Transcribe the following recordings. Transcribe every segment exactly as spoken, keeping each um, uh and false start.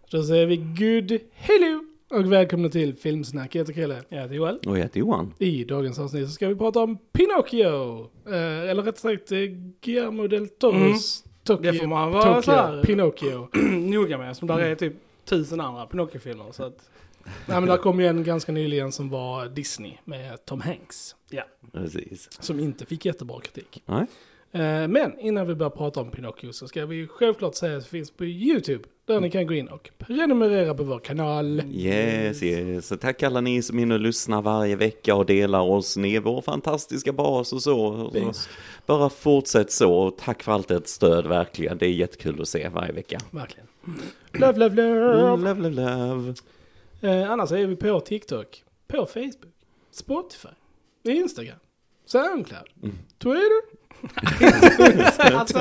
Då säger vi good hello och välkomna till Filmsnack. Jag heter Krille. Jag heter Joel. Och jag heter Johan. I dagens avsnitt så ska vi prata om Pinocchio. Eh, eller rätt sagt eh, Guillermo del Toros Mm. Tokyo. Det får man vara så här Pinocchio. noga med, som där är typ tusen andra Pinocchio-filmer. Så att... Nej, men där kom ju en ganska nyligen som var Disney med Tom Hanks. Ja. Precis. Som inte fick jättebra kritik. Nej. Eh, men innan vi börjar prata om Pinocchio så ska vi självklart säga att det finns på YouTube. Där ni kan gå in och prenumerera på vår kanal. Yes, yes. Så tack alla ni som är inne och lyssnar varje vecka och delar oss ner vår fantastiska bas och så. Och så. Bara fortsätt så. Och tack för allt ert stöd, verkligen. Det är jättekul att se varje vecka. Verkligen. Love, love, love. Love, love, love. Eh, annars är vi på TikTok, på Facebook, Spotify, Instagram, Soundcloud, Mm. Twitter. alltså.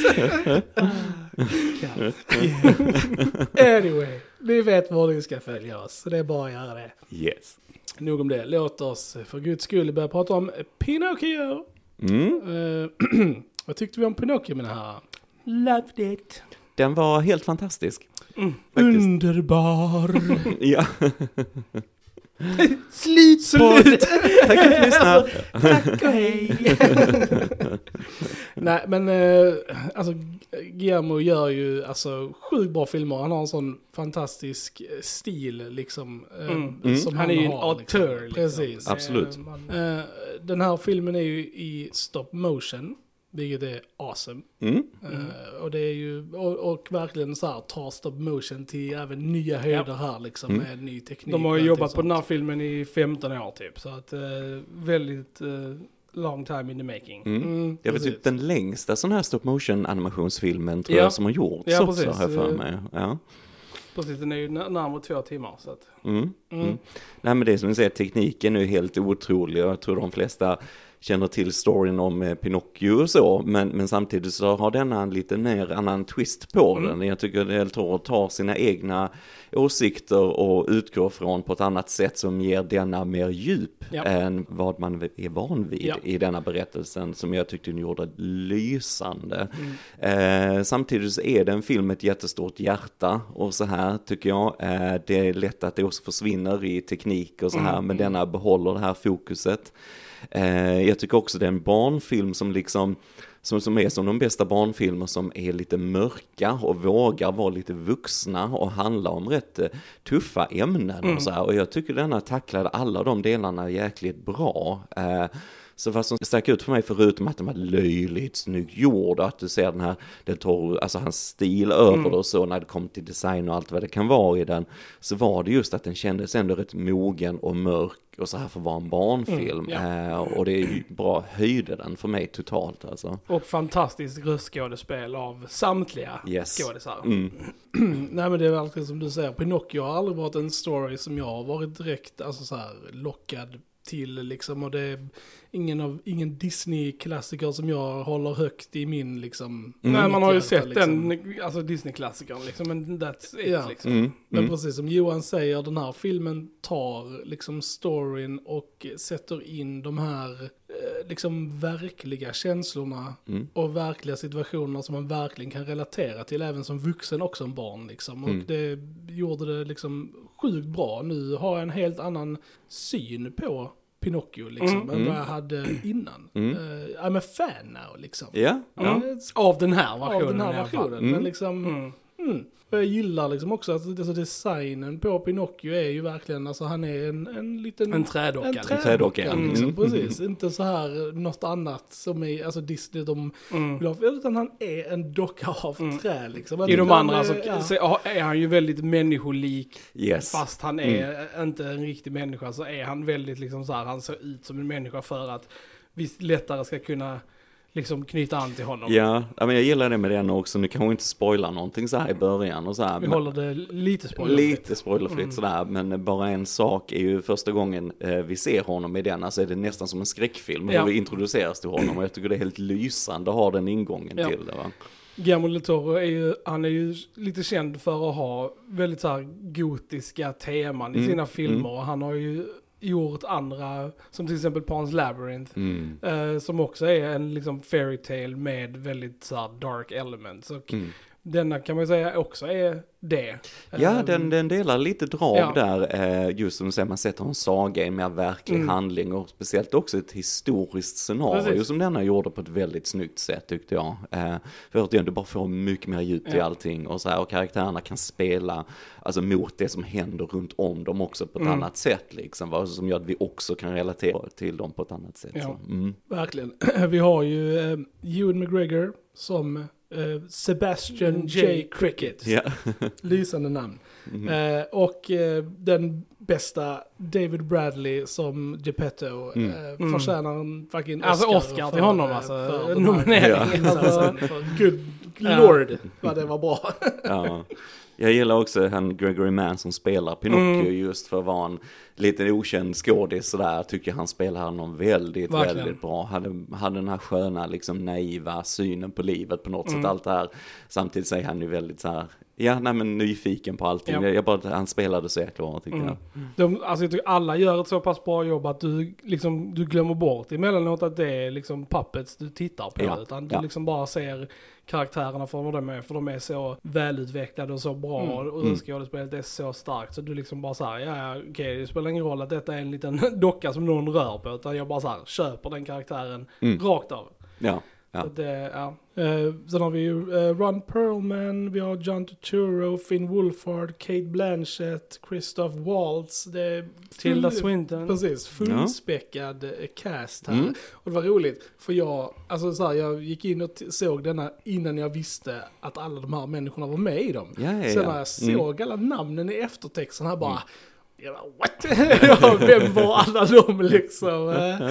Anyway, ni vet var ni ska följa oss, så det är bara att göra det. Yes. Nog om det. Låt oss för guds skull börja prata om Pinocchio. Mm. Eh, vad tyckte vi om Pinocchio, mina herrar? Loved it. Den var helt fantastisk. Mm. Underbar. Ja. Slut! Slut! Tack för att ni lyssnar. Tack och hej! Nej, men eh, alltså Guillermo gör ju alltså sjukt bra filmer. Han har en sån fantastisk stil liksom. Eh, Mm. Mm. som Han är ju en har, autör, liksom. Precis. Absolut. Eh, man- Eh, den här filmen är ju i stop motion, vilket är awesome. Mm. Eh, och det är ju, och, och verkligen så här, tar stop motion till även nya höjder här liksom, Mm. med ny teknik. De har och ju allting jobbat på sånt. den här filmen i femton år typ. Så att eh, väldigt eh, long time in the making. Mm. Mm, Jag vet precis. typ den längsta sån här stop motion animationsfilmen tror Ja. jag som har gjorts Ja, också, precis. har jag för mig. Ja. Precis, den är ju n- närmare två timmar. Så att... Mm. Mm. Mm. Nej, men det är som ni säger, tekniken är ju helt otrolig. Jag tror de flesta känner till storyn om eh, Pinocchio och så, men, men samtidigt så har denna en lite mer annan twist på Mm. den. Jag tycker Del Toro tar sina egna åsikter och utgår från på ett annat sätt som ger denna mer djup Ja. än vad man är van vid Ja. i denna berättelsen, som jag tyckte ni gjorde lysande. Mm. Eh, samtidigt så är det en film med ett jättestort hjärta och så här tycker jag. Eh, det är lätt att det också försvinner i teknik och så här, Mm. men denna behåller det här fokuset. Eh, jag tycker också det är en barnfilm som liksom som, som är som de bästa barnfilmer, som är lite mörka och vågar vara lite vuxna och handla om rätt eh, tuffa ämnen Mm. och så här. Och jag tycker denna tacklade alla de delarna jäkligt bra. Eh, Så vad som stack ut för mig, förutom att den var löjligt snyggt gjord och att du ser den här, Del Toro, alltså hans stil över Mm. det och så när det kom till design och allt vad det kan vara i den, så var det just att den kändes ändå rätt mogen och mörk och så här för att vara en barnfilm. Mm, ja. eh, och det är ju bra, höjde den för mig totalt alltså. Och fantastiskt röstskådespel av samtliga Yes. skådisar. Mm. Nej, men det är verkligen som du säger, Pinocchio har aldrig varit en story som jag har varit direkt alltså så här, lockad till liksom, och det är ingen, av, ingen Disney-klassiker som jag håller högt i min liksom. Mm. Nej, man har ju hjärta, sett liksom. den, alltså Disney-klassikern liksom, men that's it Ja. liksom. Mm. Men Mm. precis som Johan säger, den här filmen tar liksom storyn och sätter in de här eh, liksom verkliga känslorna Mm. och verkliga situationer som man verkligen kan relatera till, även som vuxen och som barn liksom. Mm. Och det gjorde det liksom sjukt bra. Nu har jag en helt annan syn på Pinocchio liksom, Mm. än vad jag hade innan. Mm. Uh, I'm a fan now liksom. Ja, ja. Eh, Av den här versionen. av den här i alla fall. versionen. Mm. Men liksom, Mm. mm. Och jag gillar liksom också att alltså, designen på Pinocchio är ju verkligen, alltså han är en, en liten... En trädocka. En liksom. trädocka, trädocka, liksom, mm. precis. Inte så här något annat som är, alltså Disney, de Mm. vill ha, utan han är en docka av Mm. trä liksom. I de Han andra är- så ja. så är han ju väldigt människolik. Yes. Fast han är inte en riktig människa, så är han väldigt liksom så här, han ser ut som en människa för att vi lättare ska kunna liksom knyta an till honom. Ja, ja, men jag gillar det med den också. Nu kan vi inte spoila någonting så här i början och så här. Vi men- håller det lite spoilerfritt. Lite spoilerfritt Mm. sådär, men bara en sak är ju första gången eh, vi ser honom i den, alltså är det nästan som en skräckfilm Ja. hur vi introduceras till honom, och jag tycker det är helt lysande att ha den ingången Ja. till det, va? Guillermo del Toro är ju, han är ju lite känd för att ha väldigt så här gotiska teman i Mm, sina filmer. mm. Och han har ju gjort andra, som till exempel Pan's Labyrinth, Mm. eh, som också är en liksom fairy tale med väldigt så här dark elements. Och Mm. denna kan man ju säga också är det. Ja, um, den, den delar lite drag ja. där, just som du säger, man sätter en saga i en mer verklig mm. handling och speciellt också ett historiskt scenario Precis. Som denna gjorde på ett väldigt snyggt sätt tyckte jag. För att du bara får mycket mer djup ja. I allting och så här, och karaktärerna kan spela alltså mot det som händer runt om dem också på ett mm. annat sätt liksom, som gör att vi också kan relatera till dem på ett annat sätt. Ja, mm. verkligen. Vi har ju eh, Ewan McGregor som Uh, Sebastian J. Cricket. Yeah. Lysande namn. Mm. Uh, och uh, den bästa David Bradley som Geppetto mm. uh, förtjänar en fucking Oscar. Alltså Oscar till honom uh, alltså. Nomineringen. Alltså, good lord vad det var bra. Ja. Jag gillar också han Gregory Mann som spelar Pinocchio mm. just för att vara en lite okänd skådis sådär. Tycker han spelar honom väldigt, Verkligen. väldigt bra. Hade, hade den här sköna, liksom naiva synen på livet på något mm. sätt, allt det här. Samtidigt så är han ju väldigt så här, ja, nej men nyfiken på allting. Ja. Jag bara, han spelade så jäkla bra tycker mm. jag. De, alltså jag tycker alla gör ett så pass bra jobb att du liksom, du glömmer bort emellanåt att det är liksom puppets du tittar på. Ja. Utan du ja. liksom bara ser karaktärerna för vad de är, för de är så välutvecklade och så bra mm. och mm. skådespelet är så starkt så du liksom bara såhär, ja okej okay, det spelar ingen roll att detta är en liten docka som någon rör på, utan jag bara såhär köper den karaktären mm. rakt av. Ja. Ja. Så det, ja. Uh, sen har vi ju uh, Ron Perlman, vi har John Turturro, Finn Wolfhard, Cate Blanchett, Christoph Waltz, det är Tilda Swinton. Precis, fullspäckad ja. cast här. Mm. Och det var roligt, för jag, alltså så här, jag gick in och t- såg denna innan jag visste att alla de här människorna var med i dem. Ja, ja, ja. Sen när jag såg mm. alla namnen i eftertexten här bara, mm. jag bara, what? Ja, vem var alla de liksom?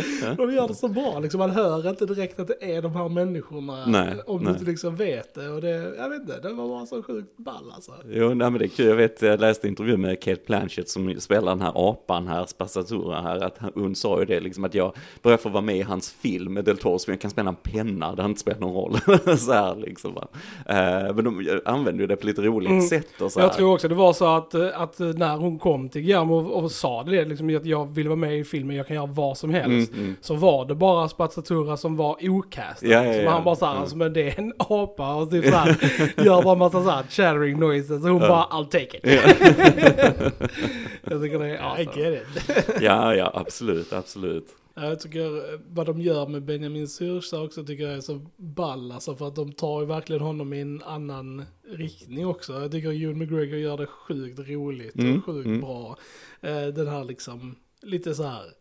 De gör det så bra liksom. Man hör inte direkt att det är de här människorna. Nej, om nej. du inte liksom vet det. Och det, jag vet inte, det var bara så sjukt ball alltså. Jo, nej, men det är kul. Jag vet, jag läste intervju med Cate Blanchett som spelar den här apan här, Spazzatura här. Att hon sa ju det liksom, att jag börjar få vara med i hans film med Del Toro, så jag kan spela en penna, det har inte spelat någon roll. Så här liksom. Va? Uh, men de använder ju det på lite roligt mm. sätt. Och så jag här. tror också det var så att, att när hon kom till Och, och sa det liksom, att jag vill vara med i filmen, jag kan göra vad som helst. Mm, mm. Så var det bara Spazzatura som var okast. Ja, ja, så ja, han bara såhär, ja. alltså, men det är en apa och typ såhär, gör bara massa såhär chattering noises. Så hon ja. bara, I'll take it. Ja. Jag tycker det är awesome. I get it. Ja, ja, absolut, absolut. Jag tycker vad de gör med Benjamin Syrsa också tycker jag är så ball, alltså, för att de tar ju verkligen honom i en annan riktning också. Jag tycker Ewan McGregor gör det sjukt roligt mm, och sjukt mm. bra. Den här liksom lite så här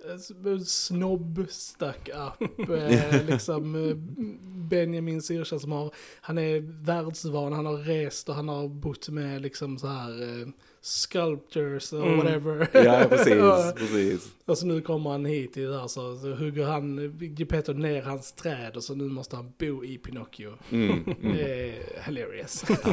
snobb stuck up liksom Benjamin Syrsa som har, han är världsvan, han har rest och han har bott med liksom så här sculptors och mm. whatever. Ja, precis, precis. Och så nu kommer han hit i det här, så, så hugger han Geppetto ner hans träd och så nu måste han bo i Pinocchio. Mm, mm. Det är hilarious. Ja.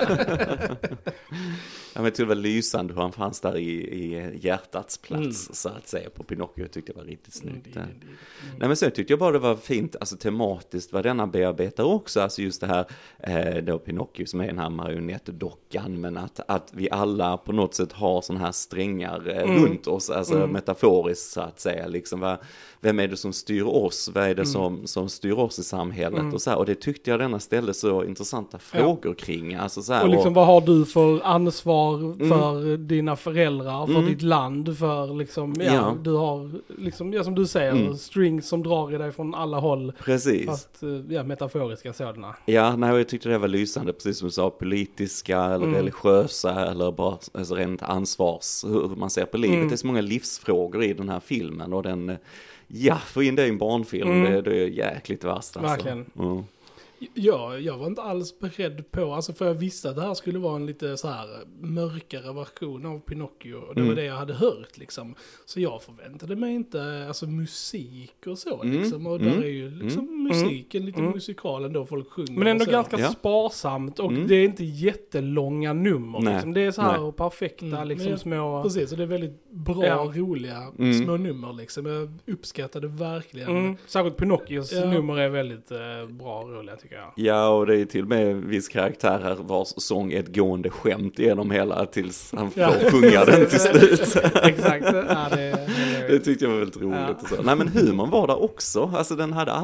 Ja, men det var lysande hur han fanns där i, i hjärtats plats mm. så att säga på Pinocchio. Jag tyckte det var riktigt snyggt. Mm, det, det, det. Mm. Nej, men sen tyckte jag bara det var fint, alltså tematiskt vad denna bearbetar också, alltså just det här eh, då Pinocchio som är den här marionettdockan, men att, att vi alla på något sätt har sån här strängar eh, mm. runt oss, alltså mm. metaforiskt så att säga, liksom vad, vem är det som styr oss, vad är det mm. som, som styr oss i samhället mm. och så här, och det tyckte jag denna ställde så intressanta frågor ja. kring, alltså så här, och liksom och, vad har du för ansvar för mm. dina föräldrar, för mm. ditt land, för liksom, ja, ja. du har liksom, ja, som du säger, mm. strings som drar i dig från alla håll. Precis. Fast, ja, metaforiska sådana. Ja, nej, jag tyckte det var lysande, precis som du sa, politiska eller mm. religiösa eller bara alltså, rent ansvars, hur man ser på livet. Mm. Det är så många livsfrågor i den här filmen och den, ja, få in det i en barnfilm, mm. det, det är jäkligt värst. Alltså. Verkligen. Mm. Ja, jag var inte alls beredd på, alltså för jag visste att det här skulle vara en lite så här mörkare version av Pinocchio och det mm. var det jag hade hört liksom. Så jag förväntade mig inte alltså musik och så mm. liksom, och mm. där är ju liksom mm. musiken lite mm. musikal ändå, folk sjunger. Men ändå och ganska ja. sparsamt och mm. det är inte jättelånga nummer liksom. Det är så här perfekta mm. liksom jag, små. Precis, och det är väldigt bra, ja. roliga mm. små nummer liksom. Jag uppskattade verkligen. Mm. Särskilt Pinocchios ja. nummer är väldigt eh, bra och roliga tycker jag. Ja, och det är till och med en viss karaktär här vars sång är ett gående skämt genom hela tills han får ja. sjunga den till slut. Exakt. Ja, det, det tyckte jag var väldigt roligt. Ja. Och så. Nej, men humorn var där också. Alltså den hade allt tycker jag.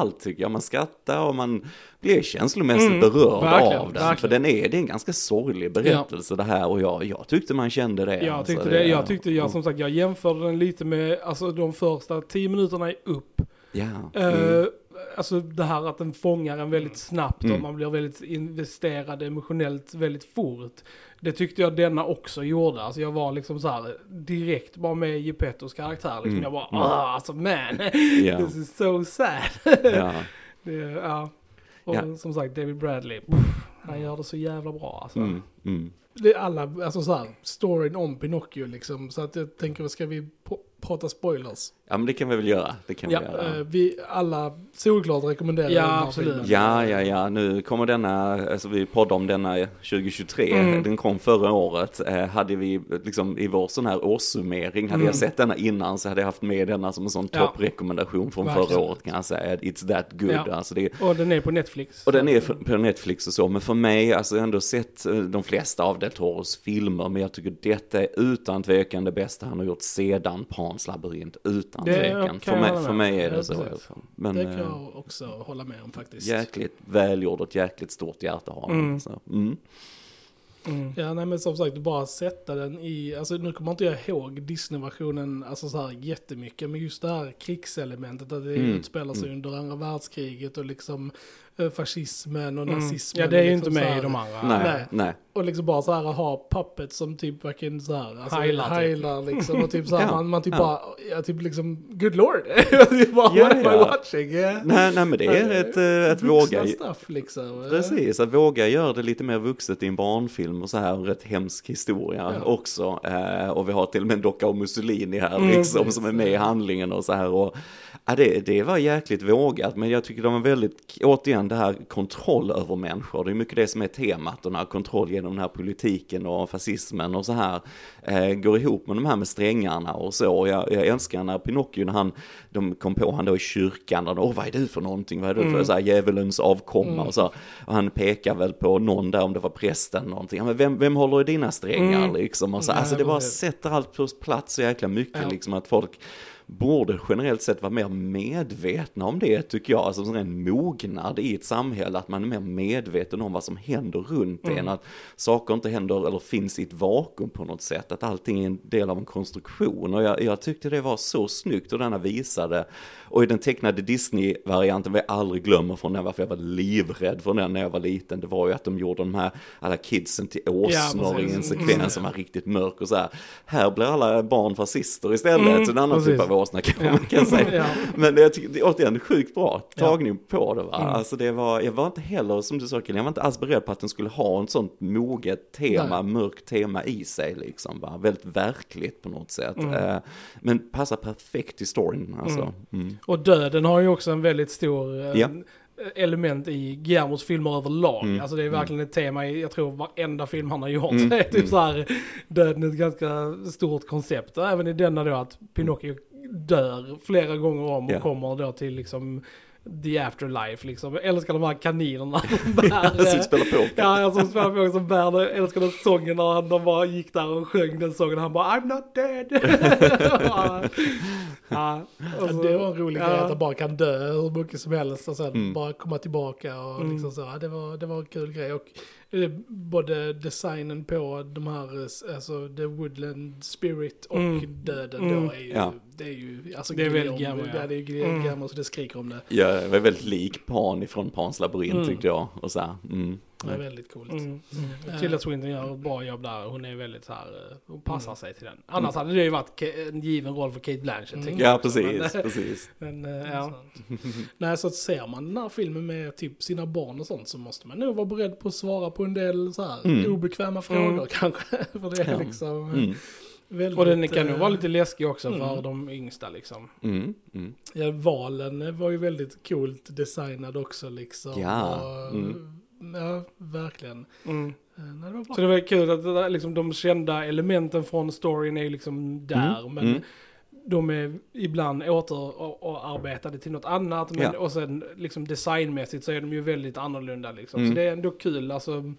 man skrattar och man blir känslomässigt mm, berörd verkligen, av den. Verkligen. För den är, det är en ganska sorglig berättelse ja. det här och jag, jag tyckte man kände det. Jag tyckte det, jag tyckte, jag som sagt, jag jämförde den lite med alltså de första tio minuterna i upp. Ja. Mm. Uh, alltså det här att den fångar en väldigt snabbt mm. och man blir väldigt investerad emotionellt väldigt fort. Det tyckte jag denna också gjorde. Alltså jag var liksom så här direkt bara med Geppettos karaktär. Liksom. Mm. Jag bara, ah, alltså man, yeah. this is so sad. ja. det, ja. Och ja. som sagt, David Bradley, han gör det så jävla bra. Alltså. Mm. Mm. Det är alla, alltså så här, storyn om Pinocchio liksom. Så att jag tänker, ska vi på, prata spoilers? Ja, men det kan vi väl göra. Det kan ja, vi göra. Eh, vi alla solklart rekommenderar ja, den här absolut. filmen. Ja, ja, ja. Nu kommer denna, alltså vi poddar om denna tjugohundratjugotre. Mm. Den kom förra året. Eh, hade vi liksom i vår sån här årssummering, hade mm. jag sett denna innan så hade jag haft med denna som en sån ja. topprekommendation från verkligen. Förra året kan jag säga. It's that good. Ja. Alltså det, och den är på Netflix. Och den är på Netflix och så. Men för mig, alltså jag har ändå sett de flesta av Del Toros filmer, men jag tycker detta är utan tvekan det bästa han har gjort sedan Pans labyrint. Utan det tvekan. För mig, för mig är det så. Men, det kan jag också hålla med om faktiskt. Jäkligt välgjord och ett jäkligt stort hjärta har mm. så. Mm. Mm. Ja, nej men som sagt, bara sätta den i, alltså nu kommer inte jag ihåg Disney-versionen alltså så här jättemycket, men just det här krigselementet att det mm. utspelar sig mm. under andra världskriget och liksom fascismen och mm. nazismen. Ja, det är ju liksom inte med här, i de andra. Nej, nej. nej. Och liksom bara så här ha puppet som typ verkligen så här alltså heilar, heilar typ. liksom och typ så här, ja. man, man typ ja. bara ja, typ liksom good lord. What ja, am ja. I watching? Yeah. Nej, nej men det är ett, ett våga stuff, liksom. Precis, att våga göra det lite mer vuxet i en barnfilm och så här en rätt hemsk historia ja. Också. Eh, och vi har till och med en docka om Mussolini här mm, liksom precis. Som är med i handlingen och så här och ja, det, det var jäkligt vågat, men jag tycker de är väldigt, återigen det här kontroll över människor, det är mycket det som är temat, den här kontroll genom den här politiken och fascismen och så här, eh, går ihop med de här med strängarna och så, och jag, jag älskar när Pinocchio, när han, de kom på han då i kyrkan, och åh vad är du för någonting, vad är du mm. för så här, djävulens avkomma mm. och så, och han pekar väl på någon där, om det var prästen någonting, ja, men vem, vem håller i dina strängar mm. liksom, och så, alltså det bara sätter allt på plats så jäkla mycket ja. Liksom att folk borde generellt sett vara mer medvetna om det, tycker jag. Alltså en mognad i ett samhälle, att man är mer medveten om vad som händer runt mm. en, att saker inte händer eller finns i ett vakuum på något sätt, att allting är en del av en konstruktion. Och jag, jag tyckte det var så snyggt och denna visade. Och i den tecknade Disney-varianten, vad jag aldrig glömmer från den, varför jag var livrädd från den när jag var liten, det var ju att de gjorde de här, alla kidsen till åsnor i en sekvens mm. som var riktigt mörk och så här. Här blir alla barn fascister istället, mm, så en annan typ av åsna kan man kan säga. Ja. Men det, jag tycker, det är återigen sjukt bra tagning ja. På det, va? Mm. Alltså det var, jag var inte heller, som du sa, jag var inte alls beredd på att den skulle ha en sånt moget tema, nej. Mörkt tema i sig liksom, va? Väldigt verkligt på något sätt. Mm. Eh, men passar perfekt i storyn, alltså. Mm. Mm. Och döden har ju också en väldigt stor eh, ja. element i Guillermos filmer överlag. Mm. Alltså det är verkligen mm. ett tema i, jag tror, varenda film han har gjort. Mm. Det är typ mm. så här, döden är ett ganska stort koncept. Och även i denna då att Pinocchio dör flera gånger om och yeah. kommer då till liksom the afterlife liksom. Jag älskar de här kaninerna som bär, som spelar på. Ja, jag som spelar på som bär det. Jag älskar den sången när han de bara gick där och sjöng den sången och han bara I'm not dead. ja, ja, så, det var en rolig ja. Grej att han bara kan dö hur mycket som helst och sen mm. bara komma tillbaka och mm. liksom så. Ja, det var det var en kul grej och både designen på de här, alltså The Woodland Spirit och mm. döden mm. då är ju, ja. det är ju, alltså det är väldigt gammal, ja. Det är ju mm. gammal så det skriker om det. Ja, det var väldigt lik Pan ifrån Pans labyrint mm. tyckte jag, och så här, mm. Det är väldigt coolt. Mm. Mm. Tilda Swinton gör ett bra jobb där. Hon är väldigt så här, hon passar mm. sig till den. Annars mm. hade det ju varit en given roll för Kate Blanchett. Mm. Ja, precis, men, precis. Men, ja. Nej, så att ser man den här filmen med typ sina barn och sånt så måste man nog vara beredd på att svara på en del så här mm. obekväma frågor mm. kanske. För det är ja. Liksom mm. väldigt, och den kan nog vara lite läskig också mm. för de yngsta liksom. Mm. Mm. Ja, valen var ju väldigt coolt designad också liksom. Ja. Och, mm. Ja, verkligen. Mm. Nej, det var bra. Så det var kul att det där, liksom, de kända elementen från storyn är liksom där, mm. men mm. de är ibland åter och, och arbetade till något annat, men, ja. och sen liksom designmässigt så är de ju väldigt annorlunda liksom. Mm. Så det är ändå kul, alltså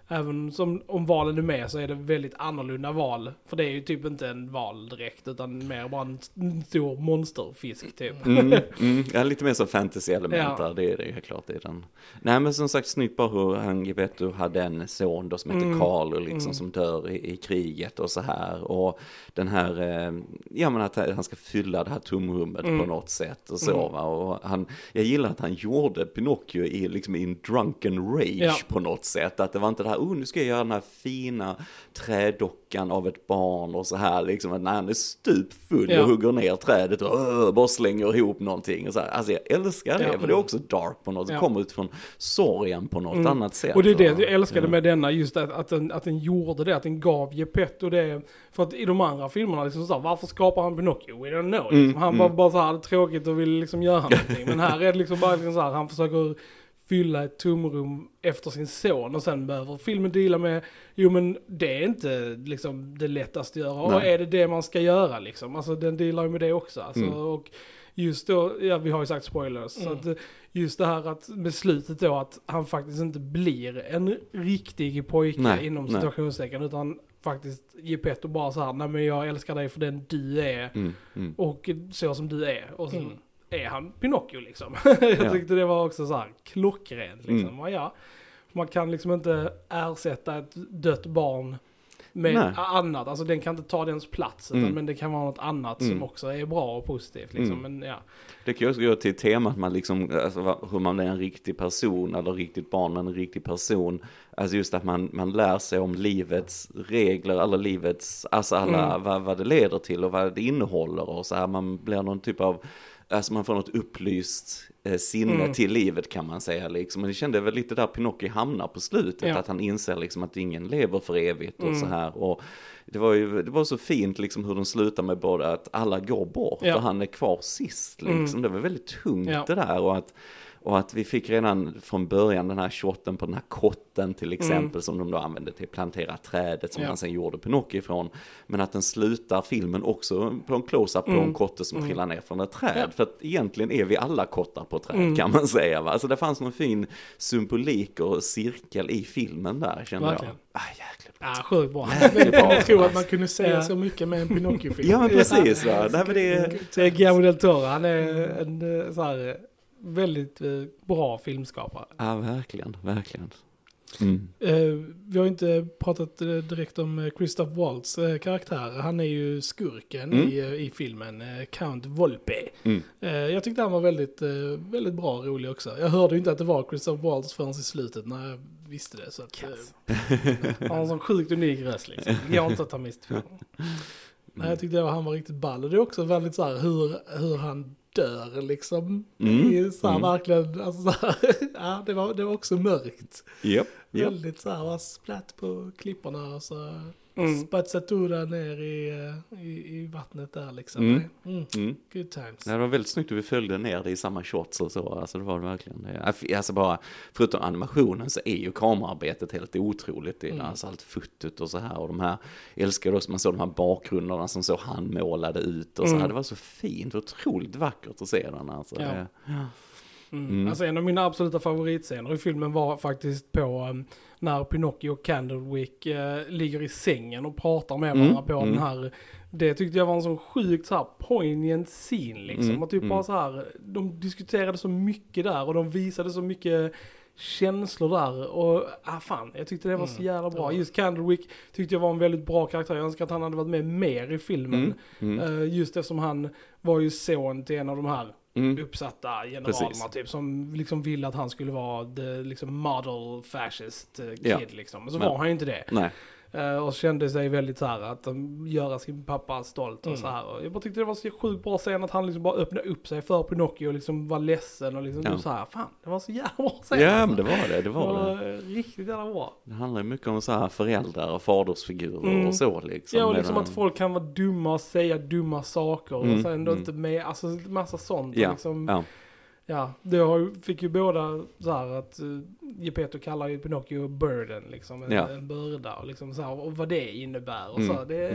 även som om valen är med så är det väldigt annorlunda val. För det är ju typ inte en val direkt utan mer bara en stor monsterfisk typ. Mm, mm. Ja, lite mer så fantasy-element Ja. där, det är det helt klart. Det är den. Nej men som sagt, snyggt bara hur han Gepetto hade en son då som heter Mm. Karl och liksom Mm. som dör i, i kriget och så här. Och den här, eh, ja men att han ska fylla det här tomrummet Mm. på något sätt och så Mm. va. Och han, jag gillar att han gjorde Pinocchio i, liksom, i en drunken rage Ja. på något sätt. Att det var inte det här, oh nu ska jag göra den här fina trädockan av ett barn och så här liksom. Att när han är stupfull Ja. och hugger ner trädet och uh, bara slänger ihop någonting. Och så här. Alltså jag älskar det, Ja. för det är också dark på något sätt. Ja. Det kommer utifrån sorgen på något Mm. annat sätt. Och det är det va? jag älskade Ja. med denna, just att, att, den, att den gjorde det, att den gav Gepetto det. För att i de andra filmerna, liksom så här, varför skapar han Pinocchio? We don't know. Mm, Liksom. Han mm. var bara så här, hade tråkigt och ville liksom göra någonting. Men här är det liksom bara liksom så här, han försöker fylla ett tomrum efter sin son och sen behöver filmen deala med, jo men det är inte liksom det lättaste att göra. Och Nej. är det det man ska göra liksom? Alltså den dealar ju med det också. Alltså, Mm. och just då, ja vi har ju sagt spoilers, så Mm. att just det här att beslutet då att han faktiskt inte blir en riktig pojke Nej, inom nej. situationstecken utan faktiskt Gepetto bara så här, nej men jag älskar dig för den du är Mm, mm. och så som du är och sen Mm. är han Pinocchio liksom. jag Ja. tyckte det var också så här klockrent liksom. Mm. Ja, ja. Man kan liksom inte ersätta ett dött barn med Nej. annat, alltså den kan inte ta dens plats utan Mm. men det kan vara något annat Mm. som också är bra och positivt liksom. Mm. Men ja. Det kan ju också gå till temat man liksom, alltså, vad- hur man är en riktig person eller riktigt barn men en riktig person. Alltså just att man, man lär sig om livets regler, alla livets, alltså alla, Mm. vad, vad det leder till och vad det innehåller och så här. Man blir någon typ av, alltså man får något upplyst eh, sinne Mm. till livet kan man säga liksom. Och det kände väl lite där Pinocchio hamnar på slutet, Ja. att han inser liksom att ingen lever för evigt och Mm. så här. Och det var ju, det var så fint liksom hur de slutar med både att alla går bort Ja. och han är kvar sist liksom. Mm. Det var väldigt tungt Ja. det där och att, och att vi fick redan från början den här shotten på den här kotten till exempel Mm. som de då använde till att plantera trädet som Ja. han sen gjorde Pinocchio ifrån. Men att den slutar filmen också på en close-up på Mm. en kotte som Mm. trillar ner från ett träd. Ja. För att egentligen är vi alla kottar på träd Mm. kan man säga. Va? Alltså det fanns någon fin symbolik och cirkel i filmen där kände Verkligen. jag. Ah, jäkligt bra. Ja, sjukt bra. Jag tror att man kunde säga Ja. så mycket med en Pinocchio-film. Ja men precis va. Nej, men det är... Det är Guillermo del Toro, han är en eh, så här väldigt eh, bra filmskapare. Ja verkligen, verkligen. Mm. Eh, vi har inte pratat eh, direkt om eh, Christoph Waltz eh, karaktär. Han är ju skurken Mm. i, eh, i filmen, eh, Count Volpe. Mm. Eh, jag tyckte han var väldigt, eh, väldigt bra och rolig också. Jag hörde ju inte att det var Christoph Waltz förrän i slutet när jag visste det. Så att, eh, Han har en sån sjukt unik röst liksom. Jag har inte att ta mist för honom. nej, jag tyckte att han var riktigt ball. Och det är också väldigt så här hur, hur han dör liksom. Mm. Det är så här Mm. verkligen, alltså så här, ja det var, det var också mörkt. Japp, japp. Väldigt så här, var splatt på klipporna och så Mm. spatsatura ner i, eh, i, i vattnet där liksom. Mm. Mm. Mm. Good times. Ja, det var väldigt snyggt hur vi följde ner det i samma shots och så, alltså det var det verkligen. Det. Alltså bara, förutom animationen så är ju kamerarbetet helt otroligt i Mm. det, alltså allt futtigt och så här, och de här, jag älskar också, man såg de här bakgrunderna som så handmålade ut och så här, Mm. det var så fint, otroligt vackert att se den alltså. Ja. Det, ja. Mm. Mm. Alltså en av mina absoluta favoritscener i filmen var faktiskt på um, när Pinocchio och Candlewick uh, ligger i sängen och pratar med varandra Mm, på mm. den här. Det tyckte jag var en sån sjukt så här poignant scene liksom. Mm, och typ mm. bara så här, de diskuterade så mycket där och de visade så mycket känslor där och ah fan, jag tyckte det var så Mm. jävla bra. Ja. Just Candlewick tyckte jag var en väldigt bra karaktär. Jag önskar att han hade varit med mer i filmen. Mm. Mm. Uh, just eftersom han var ju son till en av de här Mm. uppsatta generalerna Precis. typ som liksom ville att han skulle vara the liksom model fascist eh, kid Ja. liksom. Men så Men- var han ju inte det. Nej. Eh, och kände sig väldigt så här att de göra sin pappa stolt och Mm. så här. Och jag bara tyckte det var så sjukt bra scen att han liksom bara öppnade upp sig för Pinocchio och liksom var ledsen och liksom Ja. ja. så här, fan, det var så jävla bra scen. Ja alltså. men det var det, det var det. var eh, riktigt jävla bra. Det handlar ju mycket om så här föräldrar och fadersfigurer Mm. och så liksom. Ja, och liksom Medan- att folk kan vara dumma och säga dumma saker Mm, och sen ändå mm. inte med, alltså massa sånt. Ja, Och liksom, ja. Ja, det har, ju- fick ju båda så här att uh, Gepetto kallar ju Pinocchio burden liksom, en, Ja. en börda och liksom så här, och vad det innebär och Mm, så. Det, ja. mm.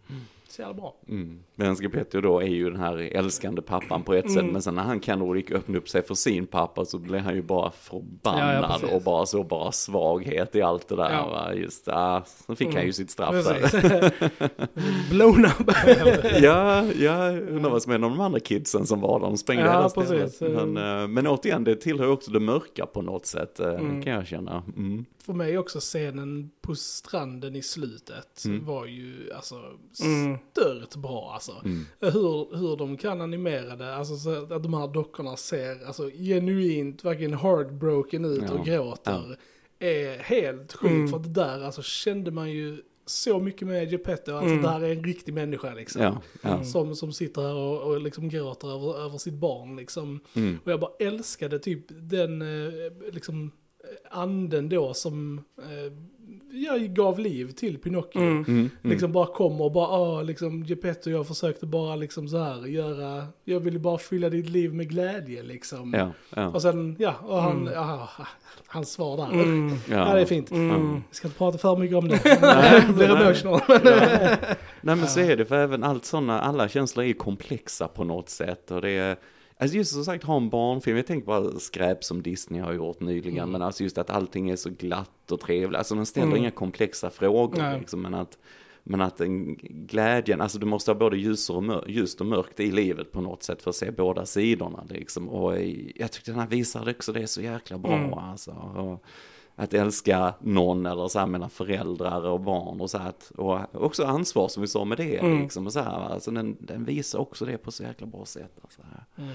Så jävla bra. Mm. Men Geppetto då är ju den här älskande pappan på ett mm. sätt, men sen när han kan då öppna upp sig för sin pappa så blir han ju bara förbannad ja, ja, och bara så bara svaghet i allt det där. Ja. Va? Just ah, så fick mm. han ju sitt straff där. Blown up. ja, ja, undrar vad som är de andra kidsen som var där, de sprängde ja, hela stället. Men, men återigen, det tillhör också det mörka på något sätt, mm. kan jag känna. Mm. För mig också scenen på stranden i slutet mm. var ju alltså mm. stört bra alltså. Mm. Hur, hur de kan animera det, alltså så att de här dockorna ser alltså genuint verkligen heartbroken ut ja. och gråter ja. är helt sjukt mm. för det där alltså kände man ju så mycket med Geppetto, alltså mm. det här är en riktig människa liksom. Ja, ja. Som, som sitter här och, och liksom gråter över, över sitt barn liksom. Mm. Och jag bara älskade typ den liksom anden då som eh, jag gav liv till Pinocchio. Mm, mm, liksom mm. bara kommer och bara, ah, liksom Geppetto, jag försökte bara liksom så här göra, jag ville bara fylla ditt liv med glädje liksom. Ja, ja. Och sen, ja, och han, mm. ja, hans svar där. Mm. Ja. ja, det är fint. Mm. Vi ska inte prata för mycket om det. Det blir emotional. Ja. Nej men så är det, för även allt sådana, alla känslor är komplexa på något sätt och det är alltså just som sagt, ha en barnfilm, jag tänker bara skräp som Disney har gjort nyligen, mm. men alltså just att allting är så glatt och trevligt, alltså man ställer mm. inga komplexa frågor, liksom, men att, men att en glädjen, alltså du måste ha både ljus och, mör- ljust och mörkt i livet på något sätt för att se båda sidorna, liksom. Och jag tyckte den här visade också det så jäkla bra, mm. alltså, och att älska någon eller så här mellan föräldrar och barn och så här, och också ansvar som vi sa med det mm. liksom, och så här, alltså den, den visar också det på så jäkla bra sätt alltså. Mm.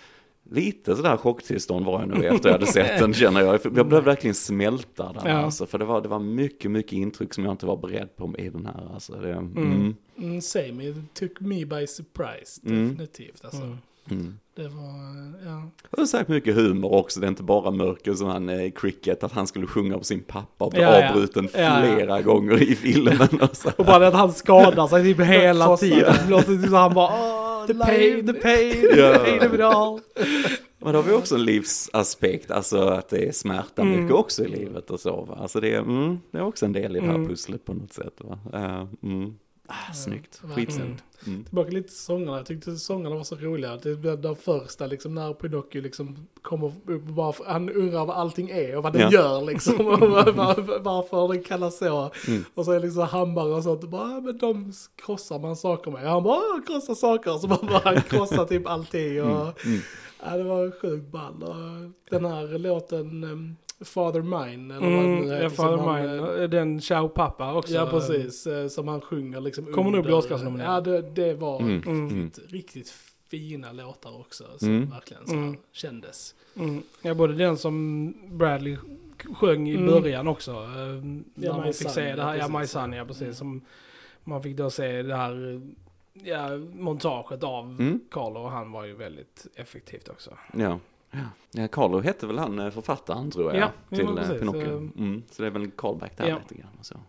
Lite sådär chocktillstånd var jag nu efter jag hade sett den, känner jag. Jag blev verkligen smälta där, ja. alltså, för det var, det var mycket, mycket intryck som jag inte var beredd på i den här alltså, det, mm. Mm. Mm, same, it took me by surprise, definitivt alltså. Mm. Mm. Det var, ja. Det har sagt mycket humor också, det är inte bara mörker som han eh, Cricket, att han skulle sjunga på sin pappa och bli ja, ja. avbruten ja, flera ja. gånger i filmen. Och, så. Och bara att han skadar sig typ hela tiden. Låter han bara, oh, the pain, the pain, ja. the pain of it all. Men då har vi också en livsaspekt, alltså att det är smärta mm. mycket också i livet och så. Va? Alltså det är, mm, det är också en del i det här mm. pusslet på något sätt. Va? Uh, mm. Ah, snyggt, skitsnyggt. Mm. Tillbaka lite till sångarna. Jag tyckte sångarna var så roliga. Det blev den första liksom, när Pinocchio liksom kommer upp och bara, han undrar vad allting är och vad den ja. gör liksom. Och var, var, varför den kallas så. Mm. Och så är det liksom hammare och sånt. Och bara, men de krossar man saker med. Och han bara, krossar saker. Och så bara, bara han krossar typ allting. Och, mm. Mm. Ja, det var sjukt ball. Och den här låten... Um, Father Mine eller mm, vad det nu heter, ja, Father han, Mine, den Ciao Pappa också. Ja, precis, som han sjunger liksom. Kommer nog bli Oscarsnominerad. Ja, det, det var mm, riktigt, mm. riktigt fina låtar också som mm. verkligen så mm. kändes. Mm. Ja, både den som Bradley sjöng i mm. början också. Eh, när ja, man fick se det här, ja, ja, My Son, ja, precis. Mm. Som man fick då se det här ja, montaget av mm. Carlo, och han var ju väldigt effektivt också. Ja. Ja, Carlo hette väl han författaren, tror jag, ja, till ja, Pinocchio. Mm, så det är väl en callback där ja. lite grann och så.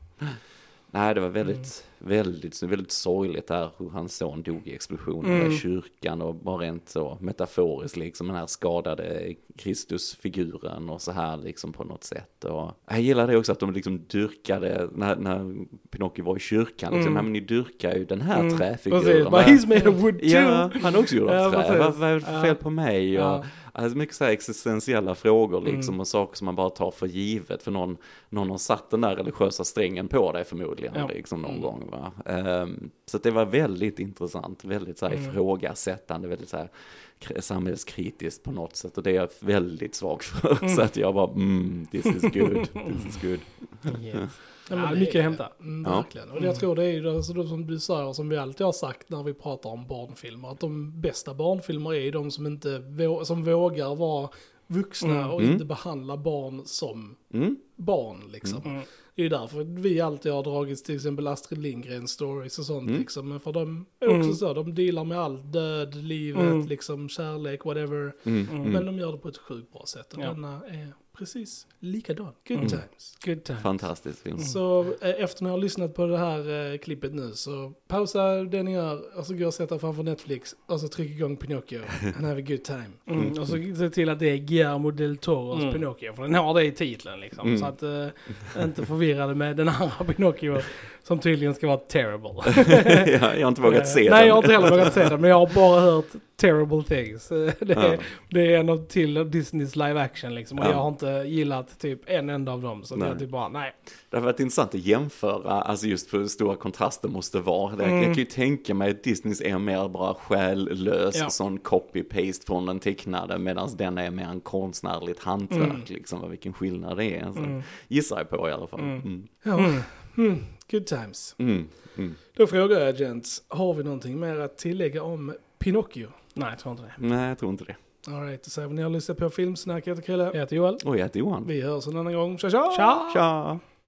Nej, det var väldigt, mm. väldigt, väldigt sorgligt där hur hans son dog i explosionen mm. i kyrkan, och bara rent så metaforiskt liksom, den här skadade Kristusfiguren och så här liksom på något sätt. Och jag gillar det också att de liksom dyrkade, när, när Pinocchio var i kyrkan, liksom, mm. men ni dyrkar ju den här mm. träfiguren. But he's made of wood too. Ja, han också gjorde av trä. Vad är det för fel ja. på mig? Ja. Och, alltså mycket så här existentiella frågor liksom, mm. och saker som man bara tar för givet, för någon, någon har satt den där religiösa strängen på dig förmodligen ja. liksom, någon mm. gång. Va? Um, så det var väldigt intressant, väldigt så här, mm. ifrågasättande, väldigt så här, samhällskritiskt på något sätt, och det är jag väldigt svag för. Mm. Så att jag bara, mm, this is good, this is good. Yes. Ja, men det, mycket att hämta. Mm, verkligen. Och jag tror det är ju det, så som du sa, som vi alltid har sagt när vi pratar om barnfilmer, att de bästa barnfilmer är de som inte vå- som vågar vara vuxna mm. och inte behandla barn som mm. barn liksom. Mm. Det är ju därför vi alltid har dragit till exempel Astrid Lindgren stories och sånt mm. liksom. Men för de är också mm. så, de dealar med allt, död, livet, mm. liksom kärlek, whatever. Mm. Mm. Men de gör det på ett sjukt bra sätt, och ja. denna är precis likadan. Good Mm. times. Good times. Fantastisk film. Så eh, efter ni har lyssnat på det här eh, klippet nu så pausa det ni gör och så går och sätta framför Netflix och så tryck igång Pinocchio and have a good time. Mm. Och så se till att det är Guillermo del Toros Mm. Pinocchio, för den har det i titeln liksom. Mm. Så att eh, inte förvirrade med den andra Pinocchio som tydligen ska vara terrible. Ja, jag har inte vågat se Nej, den. jag har inte heller vågat se den, men jag har bara hört terrible things. Det är, Ja. det är en av till Disneys live action liksom, och Ja. jag har inte gillat typ en enda av dem, så det Nej. är typ bara, nej. Det har varit intressant att jämföra, alltså just för hur stora kontraster måste vara. Det, Mm. Jag kan ju tänka mig att Disneys är mer bara själlös, Ja. sån copy-paste från den tecknade, medan den är mer en konstnärligt hantverk, Mm. liksom, vad vilken skillnad det är. Så Mm. gissar jag på i alla fall. Mm. Mm. Ja, Mm. mm. Good times. Mm. Mm. Då frågar jag gents, har vi någonting mer att tillägga om Pinocchio? Nej, jag tror inte det. Nej, jag tror inte det. All right, då säger vi ni har lyssnat på Filmsnack. Jag heter Krille. Jag heter Joel. Och jag heter Johan. Vi hörs en annan gång. Tja tja! Tja! Tja!